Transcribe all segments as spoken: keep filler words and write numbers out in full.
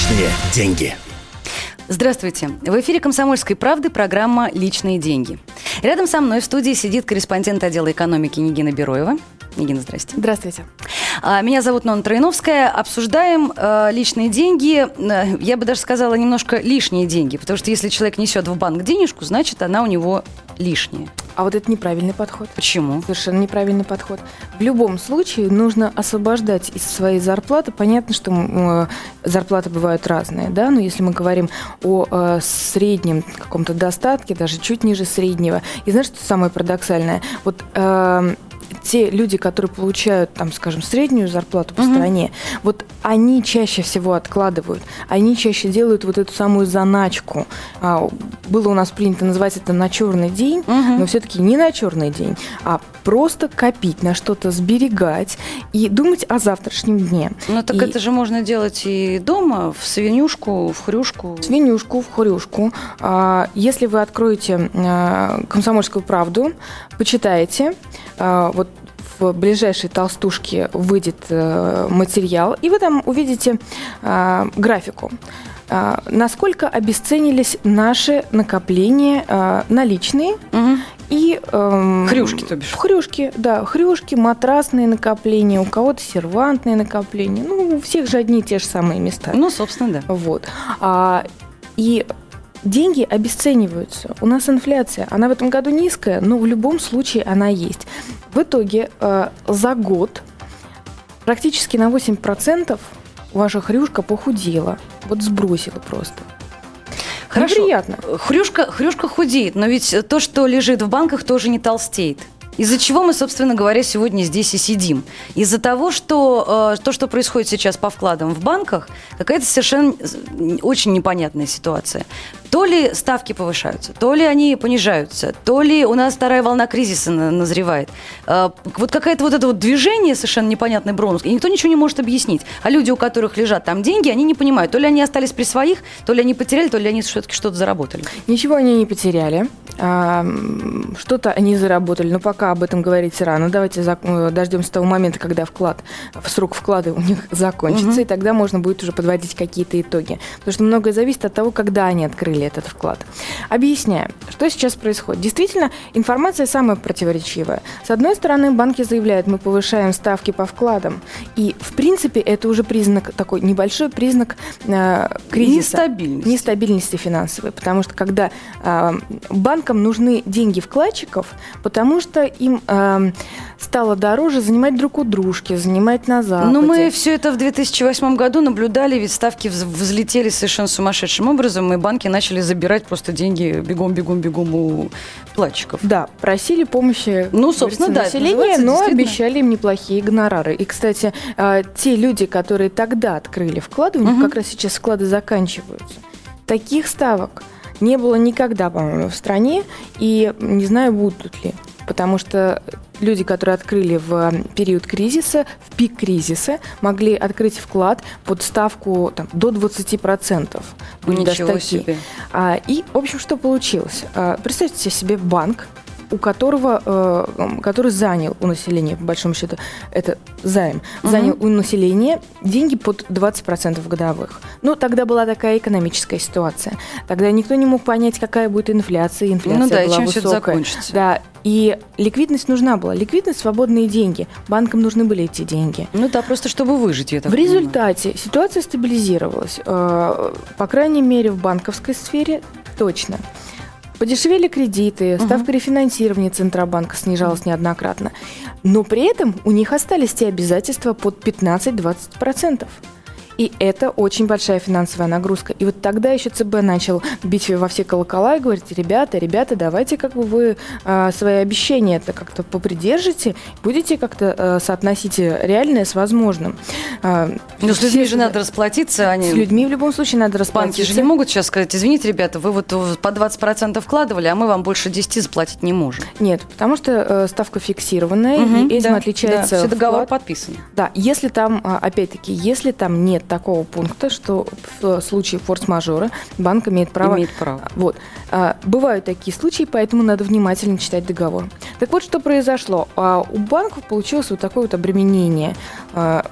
Личные деньги. Здравствуйте. В эфире «Комсомольской правды» программа «Личные деньги». Рядом со мной в студии сидит корреспондент отдела экономики Нигина Бероева. Нигина, здрасте. Здравствуйте. Меня зовут Нонна Троиновская. Обсуждаем э, личные деньги. Я бы даже сказала, немножко лишние деньги. Потому что если человек несет в банк денежку, значит, она у него лишняя. А вот это неправильный подход. Почему? Совершенно неправильный подход. В любом случае нужно освобождать из своей зарплаты. Понятно, что э, зарплаты бывают разные, да, но если мы говорим о э, среднем каком-то достатке, даже чуть ниже среднего. И знаешь, что самое парадоксальное? Вот э, те люди, которые получают, там, скажем, среднюю зарплату по uh-huh. стране, вот они чаще всего откладывают, они чаще делают вот эту самую заначку. А, было у нас принято называть это на черный день, uh-huh. но все-таки не на черный день, а просто копить, на что-то сберегать и думать о завтрашнем дне. Ну так и... это же можно делать и дома, в свинюшку, в хрюшку. В свинюшку, в хрюшку. А, если вы откроете а, «Комсомольскую правду», почитаете, а, вот в ближайшей толстушке выйдет э, материал, и вы там увидите э, графику, э, насколько обесценились наши накопления э, наличные угу. и... Э, хрюшки, то бишь. Хрюшки, да, хрюшки, матрасные накопления, у кого-то сервантные накопления, ну, у всех же одни и те же самые места. Ну, собственно, да. Вот. А, и... Деньги обесцениваются. У нас инфляция. Она в этом году низкая, но в любом случае она есть. В итоге э, за год практически на восемь процентов ваша хрюшка похудела. Вот сбросила просто. Хорошо. Неприятно. Хрюшка, хрюшка худеет, но ведь то, что лежит в банках, тоже не толстеет. Из-за чего мы, собственно говоря, сегодня здесь и сидим? Из-за того, что э, то, что происходит сейчас по вкладам в банках, какая-то совершенно очень непонятная ситуация. То ли ставки повышаются, то ли они понижаются, то ли у нас вторая волна кризиса назревает. Э, вот какое-то вот это вот движение, совершенно непонятный бронус, и никто ничего не может объяснить. А люди, у которых лежат там деньги, они не понимают, то ли они остались при своих, то ли они потеряли, то ли они все-таки что-то заработали. Ничего они не потеряли, а, что-то они заработали, но пока об этом говорить рано. Давайте зак- дождемся того момента, когда вклад, срок вклада у них закончится, угу. и тогда можно будет уже подводить какие-то итоги. Потому что многое зависит от того, когда они открыли этот вклад. Объясняем, что сейчас происходит. Действительно, информация самая противоречивая. С одной стороны, банки заявляют, мы повышаем ставки по вкладам. И, в принципе, это уже признак, такой небольшой признак э, кризиса. Нестабильности. Нестабильности финансовой. Потому что когда э, банкам нужны деньги вкладчиков, потому что им э, стало дороже занимать друг у дружки, занимать на Западе. Но мы все это в две тысячи восьмом году наблюдали, ведь ставки взлетели совершенно сумасшедшим образом, и банки начали забирать просто деньги бегом-бегом-бегом у вкладчиков. Да, просили помощи, ну, собственно, да, населения, но обещали им неплохие гонорары. И, кстати, э, те люди, которые тогда открыли вклады, у них угу. как раз сейчас вклады заканчиваются. Таких ставок не было никогда, по-моему, в стране, и не знаю, будут ли. Потому что люди, которые открыли в период кризиса, в пик кризиса, могли открыть вклад под ставку там, до двадцать процентов. Были Ничего себе. А, и, в общем, что получилось? А, представьте себе банк, у которого, э, который занял у населения, по большому счету, это займ, угу. занял у населения деньги под двадцать процентов годовых. Ну, тогда была такая экономическая ситуация. Тогда никто не мог понять, какая будет инфляция. Инфляция ну да, была и чем высокая. все это закончится. Да, и ликвидность нужна была. Ликвидность, свободные деньги. Банкам нужны были эти деньги. Ну да, просто чтобы выжить. Я так в понимаю. результате ситуация стабилизировалась. Э, по крайней мере, в банковской сфере точно. Подешевели кредиты, ставка uh-huh. рефинансирования Центробанка снижалась uh-huh. неоднократно. Но при этом у них остались те обязательства под пятнадцать-двадцать процентов. И это очень большая финансовая нагрузка. И вот тогда еще ЦБ начал бить во все колокола и говорить: ребята, ребята, давайте как бы вы э, свои обещания это как-то попридержите, будете как-то э, соотносить реальное с возможным. Э, Но с людьми же надо расплатиться. Они... С людьми в любом случае надо расплатиться. Банки же не могут сейчас сказать: извините, ребята, вы вот по двадцать процентов вкладывали, а мы вам больше десять заплатить не можем. Нет, потому что э, ставка фиксированная, угу, и этим да, отличается... Да, все договор вклад. подписан. Да, если там, опять-таки, если там нет такого пункта, что в случае форс-мажора банк имеет право... Имеет право. Вот. Бывают такие случаи, поэтому надо внимательно читать договор. Так вот, что произошло. У банков получилось вот такое вот обременение.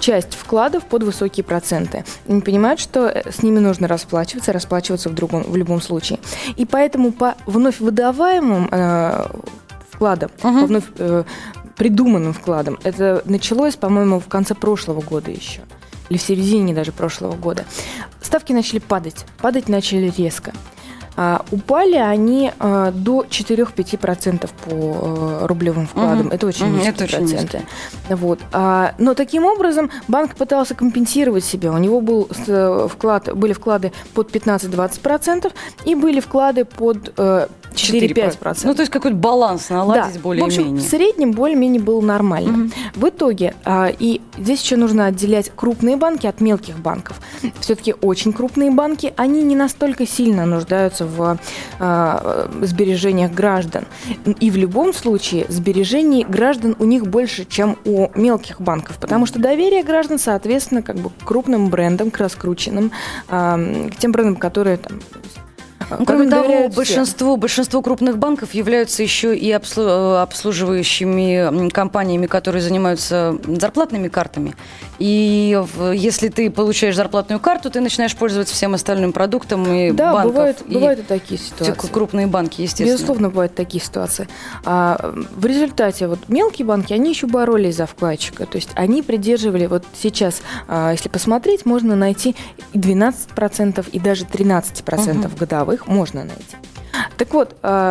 часть вкладов под высокие проценты. Они понимают, что с ними нужно расплачиваться, расплачиваться в, другом, в любом случае. И поэтому по вновь выдаваемым э, вкладам, uh-huh. по вновь э, придуманным вкладам, это началось, по-моему, в конце прошлого года еще, или в середине даже прошлого года, ставки начали падать. Падать начали резко. А, упали они а, до четыре-пять процентов по а, рублевым вкладам. Uh-huh. Это очень uh-huh. низкие Это проценты. Очень вот. а, но таким образом банк пытался компенсировать себя. У него был вклад, были вклады под пятнадцать-двадцать процентов и были вклады под а, четыре-пять процентов. Ну, то есть какой-то баланс наладить да. более-менее. В общем, в среднем более-менее было нормально. Uh-huh. В итоге, а, и здесь еще нужно отделять крупные банки от мелких банков. Все-таки очень крупные банки, они не настолько сильно нуждаются в э, сбережениях граждан. И в любом случае сбережений граждан у них больше, чем у мелких банков, потому что доверие граждан, соответственно, как бы к крупным брендам, к раскрученным, э, к тем брендам, которые там... Ну, кроме того, большинство, большинство крупных банков являются еще и обслуживающими компаниями, которые занимаются зарплатными картами. И если ты получаешь зарплатную карту, ты начинаешь пользоваться всем остальным продуктом и да, банков. Бывают, и бывают и такие ситуации. Крупные банки, естественно. Безусловно, бывают такие ситуации. А в результате вот мелкие банки, они еще боролись за вкладчика. То есть они придерживали, вот сейчас, если посмотреть, можно найти двенадцать процентов и даже тринадцать процентов угу. годовых можно найти. Так вот,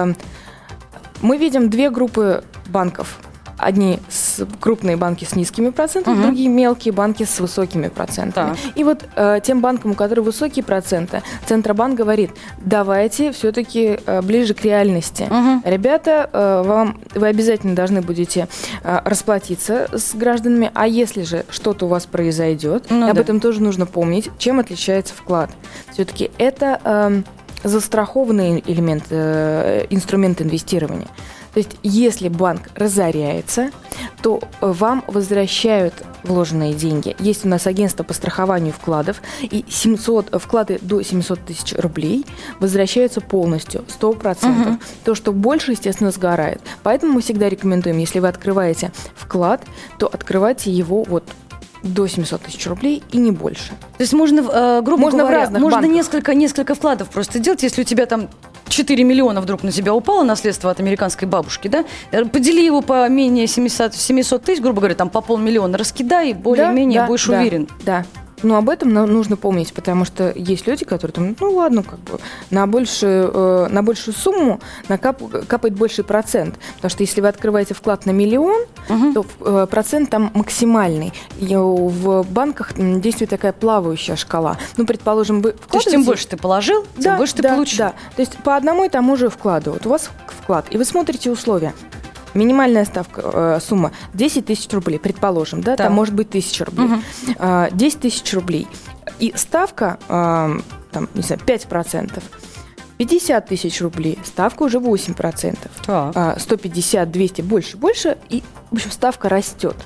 мы видим две группы банков. Одни с, крупные банки с низкими процентами, угу. другие мелкие банки с высокими процентами. Так. И вот э, тем банкам, у которых высокие проценты, Центробанк говорит, давайте все-таки э, ближе к реальности. Угу. Ребята, э, вам, вы обязательно должны будете э, расплатиться с гражданами, а если же что-то у вас произойдет, ну, об да. этом тоже нужно помнить, чем отличается вклад. Все-таки это э, застрахованный элемент, э, инструмент инвестирования. То есть, если банк разоряется, то вам возвращают вложенные деньги. Есть у нас агентство по страхованию вкладов, и семьсот, вклады до семьсот тысяч рублей возвращаются полностью, сто процентов. Угу. То, что больше, естественно, сгорает. Поэтому мы всегда рекомендуем, если вы открываете вклад, то открывайте его вот до семьсот тысяч рублей и не больше. То есть можно, э, грубо можно говоря, в разных можно банках. несколько, несколько вкладов просто делать, если у тебя там четыре миллиона вдруг на тебя упало наследство от американской бабушки, да? Подели его по менее семьсот тысяч, грубо говоря, там по полмиллиона раскидай, и более-менее да, будешь да, уверен. Да, но об этом нужно помнить, потому что есть люди, которые там, ну ладно, как бы на большую, э, на большую сумму накап, капает больший процент. Потому что если вы открываете вклад на миллион, угу. то э, процент там максимальный. И в банках действует такая плавающая шкала. Ну, предположим, вы вкладываете... То есть, тем больше ты положил, тем да, больше ты да, получил. Да, то есть по одному и тому же вкладу. Вот у вас вклад, и вы смотрите условия. Минимальная ставка, э, сумма десять тысяч рублей, предположим, да, да, там может быть тысяча рублей. Угу. Э, десять тысяч рублей. И ставка, э, там, не знаю, пять процентов. пятьдесят тысяч рублей, ставка уже восемь процентов. Так. сто пятьдесят, двести, больше, больше, и, в общем, ставка растет.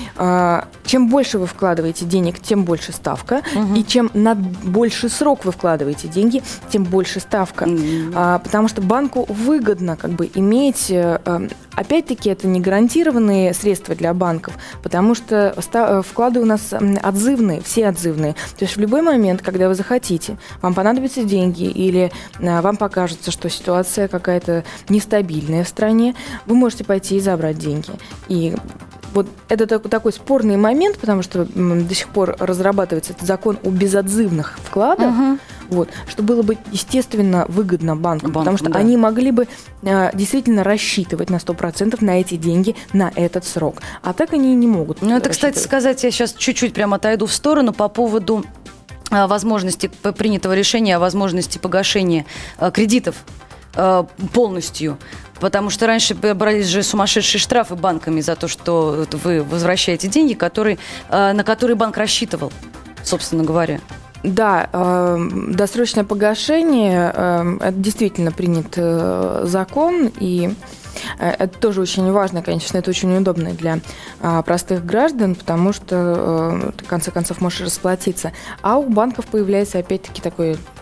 Чем больше вы вкладываете денег, тем больше ставка, угу. и чем на больший срок вы вкладываете деньги, тем больше ставка. Угу. Потому что банку выгодно как бы иметь... Опять-таки, это не гарантированные средства для банков, потому что вклады у нас отзывные, все отзывные. То есть в любой момент, когда вы захотите, вам понадобятся деньги или вам покажется, что ситуация какая-то нестабильная в стране, вы можете пойти и забрать деньги. И вот это такой спорный момент, потому что до сих пор разрабатывается этот закон о безотзывных вкладах, uh-huh. вот, что было бы, естественно, выгодно банкам, Банк, потому что да. они могли бы э, действительно рассчитывать на сто процентов на эти деньги на этот срок. А так они не могут. Ну, это, кстати сказать, я сейчас чуть-чуть прямо отойду в сторону по поводу э, возможности принятого решения о возможности погашения э, кредитов э, полностью. Потому что раньше брались же сумасшедшие штрафы банками за то, что вы возвращаете деньги, которые, на которые банк рассчитывал, собственно говоря. Да, э, досрочное погашение, э, это действительно принят э, закон, и это тоже очень важно, конечно, это очень удобно для э, простых граждан, потому что э, ты, в конце концов, можешь расплатиться. А у банков появляется опять-таки такой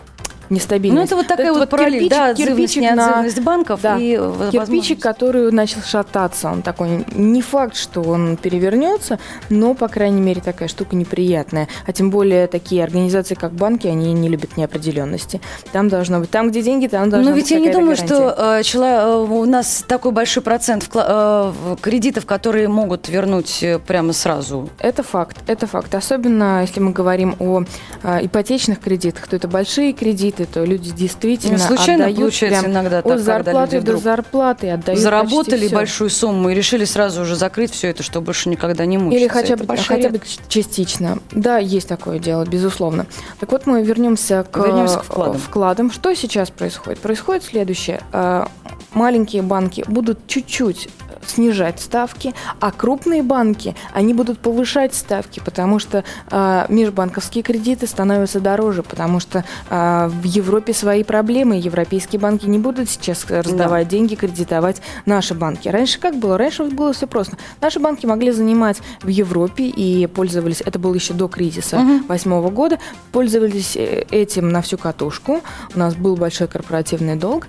нестабильность. Ну, это вот такая вот, вот параллель, кирпичик, да, отзывность, неотзывность на... банков. Да, и кирпичик, который начал шататься, он такой, не факт, что он перевернется, но, по крайней мере, такая штука неприятная. А тем более такие организации, как банки, они не любят неопределенности. Там должно быть, там, где деньги, там должна но быть ведь я не думаю, гарантия. что э, человек, у нас такой большой процент вкла- э, кредитов, которые могут вернуть прямо сразу. Это факт, это факт. Особенно, если мы говорим о э, ипотечных кредитах, то это большие кредиты, то люди действительно случайно отдают получается прям иногда так, от зарплаты до зарплаты, отдают заработали почти большую сумму и решили сразу уже закрыть все это, чтобы больше никогда не мучиться. Или хотя бы, хотя бы частично. Да, есть такое дело, безусловно. Так вот, мы вернемся к, вернемся к вкладам. вкладам. Что сейчас происходит? Происходит следующее. Маленькие банки будут чуть-чуть снижать ставки, а крупные банки, они будут повышать ставки, потому что э, межбанковские кредиты становятся дороже, потому что э, в Европе свои проблемы, европейские банки не будут сейчас раздавать да. деньги, кредитовать наши банки. Раньше как было? Раньше было все просто. Наши банки могли занимать в Европе и пользовались, это было еще до кризиса восьмого угу. года, пользовались этим на всю катушку. У нас был большой корпоративный долг.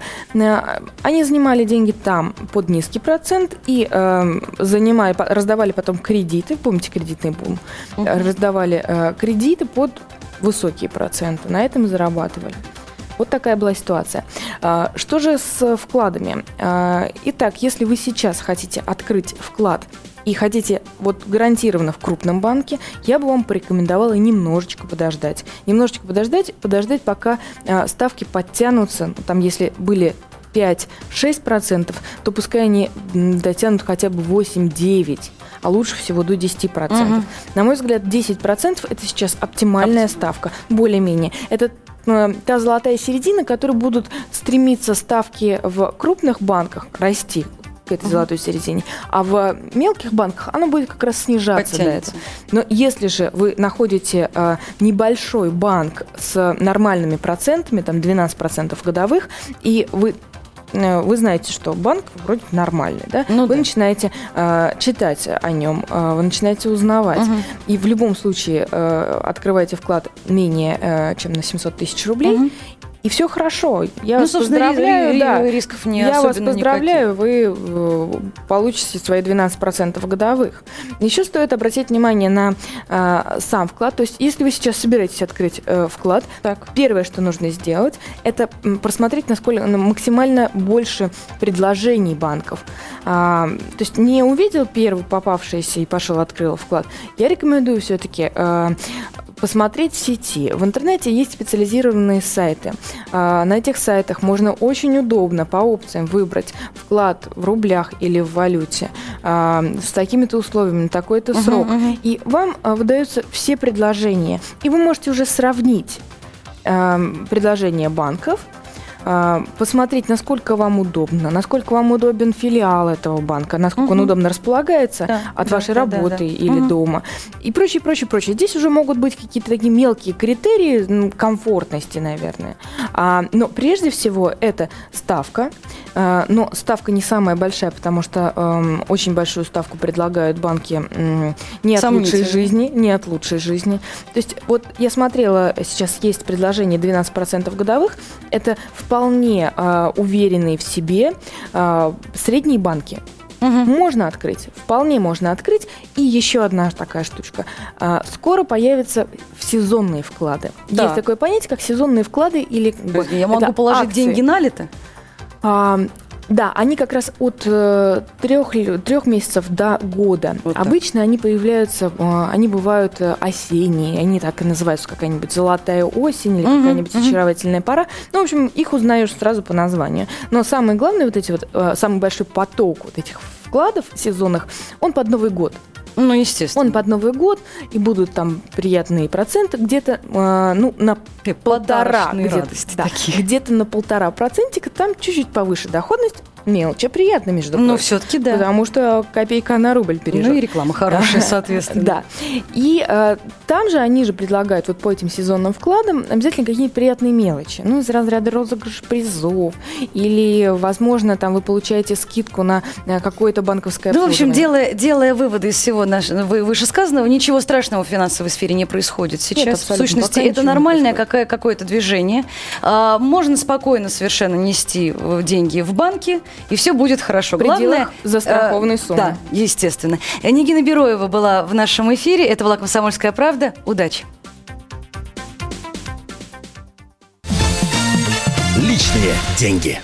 Они занимали деньги там под низкий процент и э, занимали, раздавали потом кредиты, помните кредитный бум, uh-huh. раздавали э, кредиты под высокие проценты, на этом зарабатывали. Вот такая была ситуация. А, что же с вкладами? А, итак, если вы сейчас хотите открыть вклад и хотите вот гарантированно в крупном банке, я бы вам порекомендовала немножечко подождать. Немножечко подождать, подождать, пока а, ставки подтянутся, там если были пять-шесть процентов, то пускай они дотянут хотя бы восемь-девять, а лучше всего до десять процентов. Угу. На мой взгляд, десять процентов это сейчас оптимальная Оптим. ставка, более-менее. Это э, та золотая середина, к которой будут стремиться ставки в крупных банках расти к этой угу. золотой середине, а в мелких банках она будет как раз снижаться до этого. Но если же вы находите э, небольшой банк с нормальными процентами, там двенадцать процентов годовых, и вы вы знаете, что банк вроде нормальный, да? Ну, вы да. начинаете э, читать о нем, э, вы начинаете узнавать. Угу. И в любом случае э, открываете вклад менее э, чем на семьсот тысяч рублей, угу. и все хорошо. Я ну, вас поздравляю. Да, рисков не Я вас поздравляю, никаких. Вы получите свои двенадцать процентов годовых. Еще стоит обратить внимание на э, сам вклад. То есть, если вы сейчас собираетесь открыть э, вклад, так. первое, что нужно сделать, это просмотреть, насколько максимально больше предложений банков. А, то есть, не увидел первый попавшийся и пошел открыл вклад. Я рекомендую все-таки э, посмотреть в сети. В интернете есть специализированные сайты. На этих сайтах можно очень удобно по опциям выбрать вклад в рублях или в валюте с такими-то условиями, на такой-то uh-huh, срок. Uh-huh. И вам выдаются все предложения. И вы можете уже сравнить предложения банков, посмотреть, насколько вам удобно, насколько вам удобен филиал этого банка, насколько угу. он удобно располагается да, от да, вашей да, работы да, да. или угу. дома и прочее, прочее, прочее. Здесь уже могут быть какие-то такие мелкие критерии ну, комфортности, наверное. А, но прежде всего это ставка. А, но ставка не самая большая, потому что а, очень большую ставку предлагают банки м, не от лучшей жизни, не от лучшей жизни. То есть вот я смотрела, сейчас есть предложение двенадцать процентов годовых. Это в вполне э, уверенные в себе э, средние банки. Угу. Можно открыть, вполне можно открыть. И еще одна такая штучка. Э, скоро появятся сезонные вклады. Да. Есть такое понятие, как сезонные вклады или... Я могу положить акции. Деньги на лето? А, Да, они как раз от э, трех, трех месяцев до года. Вот Обычно они появляются, э, они бывают осенние, они так и называются, какая-нибудь золотая осень или uh-huh, какая-нибудь uh-huh. очаровательная пора. Ну, в общем, их узнаешь сразу по названию. Но самое главное, вот эти вот, э, самый большой поток вот этих вкладов сезонных, он под Новый год. Ну, естественно. Он под Новый год, и будут там приятные проценты, где-то э, ну, на полтора, где-то, да, где-то на полтора процентика, там чуть-чуть повыше доходность, Мелочь, а приятно, между прочим. Ну, все-таки да. Потому что копейка на рубль перейдет. Ну и реклама хорошая, соответственно. Да. И э, там же они же предлагают вот по этим сезонным вкладам обязательно какие-то приятные мелочи. Ну, из разряда розыгрыш призов. Или, возможно, там вы получаете скидку на какое-то банковское Ну, в общем, обслуживание. делая, делая выводы из всего нашего вышесказанного, ничего страшного в финансовой сфере не происходит сейчас. Нет, в абсолютно. сущности, Пока это ничего не нормальное происходит. какое- какое-то движение. А, можно спокойно совершенно нести э, деньги в банке, и все будет хорошо. В пределах Главное, застрахованной э, суммы. Да, естественно. Нигина Бероева была в нашем эфире. Это была «Комсомольская правда». Удачи! Личные деньги.